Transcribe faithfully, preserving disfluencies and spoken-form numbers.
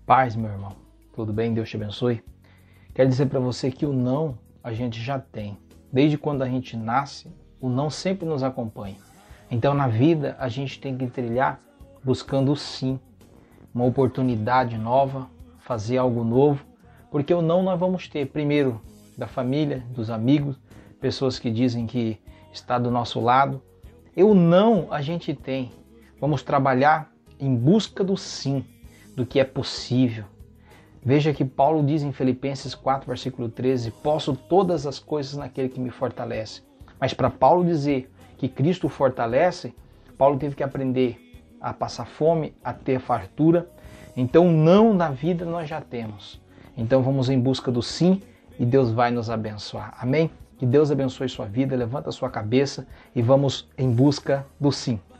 Paz, meu irmão. Tudo bem? Deus te abençoe. Quero dizer para você que o não a gente já tem. Desde quando a gente nasce, o não sempre nos acompanha. Então, na vida, a gente tem que trilhar buscando o sim. Uma oportunidade nova, fazer algo novo. Porque o não nós vamos ter, primeiro, da família, dos amigos, pessoas que dizem que está do nosso lado. E o não a gente tem. Vamos trabalhar em busca do sim, do que é possível. Veja que Paulo diz em Filipenses quatro, versículo treze, posso todas as coisas naquele que me fortalece. Mas para Paulo dizer que Cristo o fortalece, Paulo teve que aprender a passar fome, a ter fartura. Então não na vida nós já temos. Então vamos em busca do sim e Deus vai nos abençoar. Amém? Que Deus abençoe sua vida, levanta a sua cabeça e vamos em busca do sim.